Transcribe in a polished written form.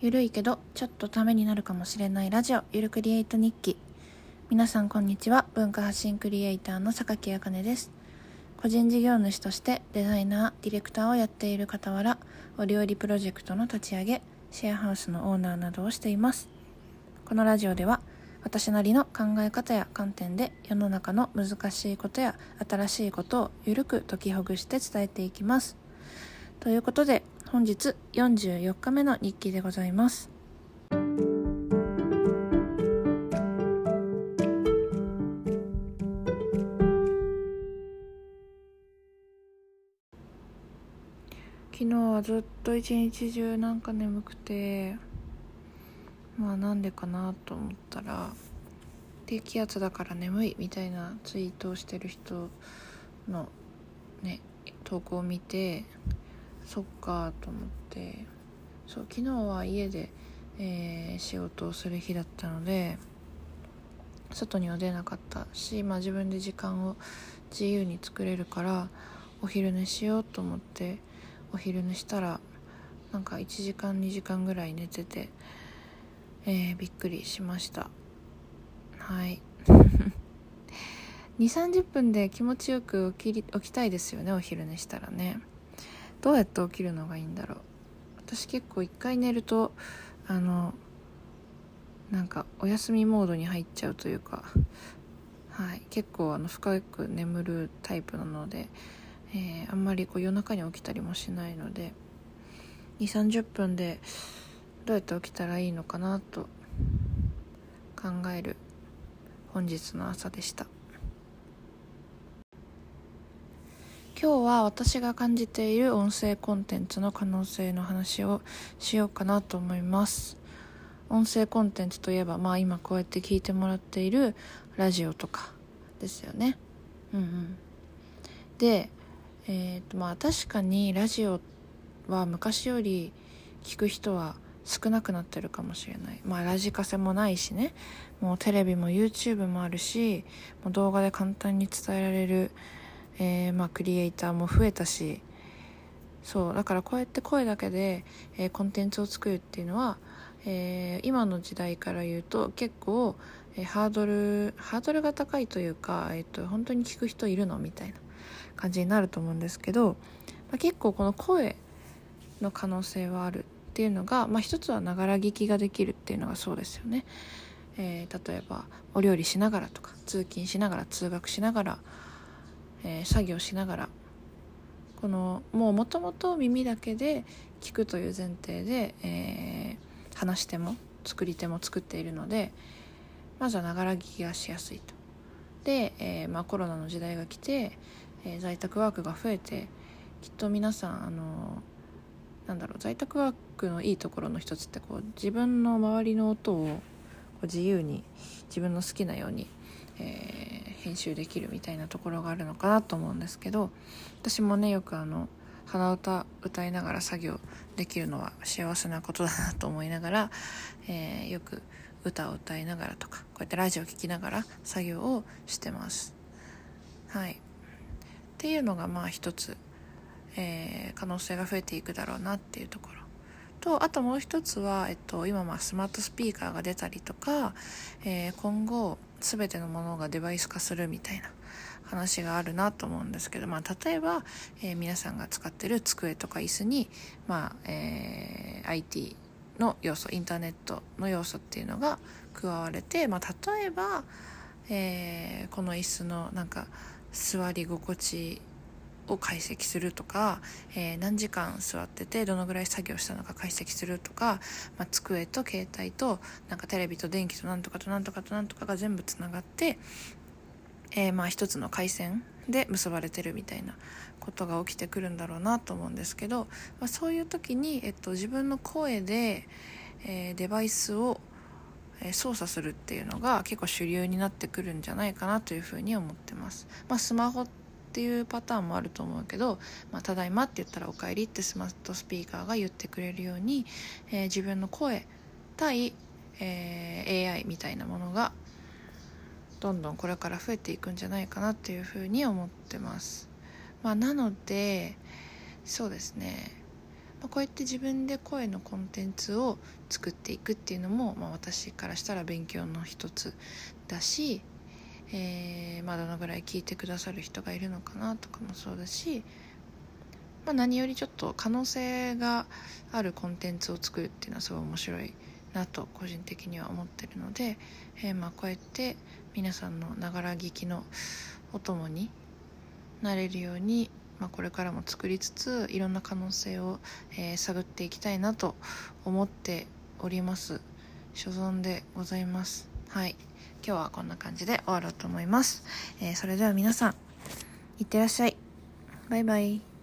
ゆるいけどちょっとためになるかもしれないラジオ、ゆるクリエイト日記。皆さんこんにちは。文化発信クリエイターの榊あかねです。個人事業主としてデザイナー、ディレクターをやっている傍ら、お料理プロジェクトの立ち上げ、シェアハウスのオーナーなどをしています。このラジオでは私なりの考え方や観点で世の中の難しいことや新しいことをゆるく解きほぐして伝えていきます。ということで本日44日目の日記でございます。昨日はずっと一日中眠くて、なんでかなと思ったら、低気圧だから眠いみたいなツイートをしてる人のね投稿を見て、そっかと思って、昨日は家で、仕事をする日だったので外には出なかったし、自分で時間を自由に作れるからお昼寝しようと思ってお昼寝したら1時間2時間ぐらい寝てて、びっくりしました。はい2,30 分で気持ちよく起きたいですよね。お昼寝したらね、どうやって起きるのがいいんだろう。私結構一回寝るとお休みモードに入っちゃうというか、結構深く眠るタイプなので、あんまり夜中に起きたりもしないので、2,30 分でどうやって起きたらいいのかなと考える本日の朝でした。今日は私が感じている音声コンテンツの可能性の話をしようかなと思います。音声コンテンツといえば、今こうやって聞いてもらっているラジオとかですよね。で、確かにラジオは昔より聞く人は少なくなってるかもしれない。ラジカセもないしね、もうテレビも YouTube もあるし、もう動画で簡単に伝えられる、クリエイターも増えたし、だからこうやって声だけで、コンテンツを作るっていうのは、今の時代から言うと結構、ハードルが高いというか、本当に聞く人いるのみたいな感じになると思うんですけど、結構この声の可能性はあるっていうのが、一つはながら聞きができるっていうのがそうですよね。例えばお料理しながらとか、通勤しながら、通学しながら、作業しながら、もともと耳だけで聞くという前提で、話し手も作り手も作っているので、まずはながら聞きがしやすいと。で、コロナの時代が来て、在宅ワークが増えて、きっと皆さん在宅ワークのいいところの一つって自分の周りの音を自由に自分の好きなように、編集できるみたいなところがあるのかなと思うんですけど、私もねよく鼻歌歌いながら作業できるのは幸せなことだなと思いながら、よく歌を歌いながらとか、こうやってラジオ聴きながら作業をしてます。っていうのが一つ、可能性が増えていくだろうなっていうところと、あともう一つは、今スマートスピーカーが出たりとか、今後全てのものがデバイス化するみたいな話があるなと思うんですけど、例えば、皆さんが使ってる机とか椅子に、IT の要素、インターネットの要素っていうのが加われて、例えば、この椅子の座り心地を解析するとか、何時間座っててどのぐらい作業したのか解析するとか、机と携帯とテレビと電気となんとかとなんとかとなんとかが全部つながって、一つの回線で結ばれてるみたいなことが起きてくるんだろうなと思うんですけど、そういう時に、自分の声で、デバイスを操作するっていうのが結構主流になってくるんじゃないかなというふうに思ってます。スマホっていうパターンもあると思うけど、ただいまって言ったらおかえりってスマートスピーカーが言ってくれるように、自分の声対、AI みたいなものがどんどんこれから増えていくんじゃないかなというふうに思ってます。なのでそうですね、 こうやって自分で声のコンテンツを作っていくっていうのも、私からしたら勉強の一つだし、どのぐらい聞いてくださる人がいるのかなとかもそうだし、何よりちょっと可能性があるコンテンツを作るっていうのはすごい面白いなと個人的には思ってるので、こうやって皆さんのながら聞きのお供になれるように、これからも作りつついろんな可能性を、探っていきたいなと思っております。所存でございます。はい、今日はこんな感じで終わろうと思います。それでは皆さんいってらっしゃい。バイバイ。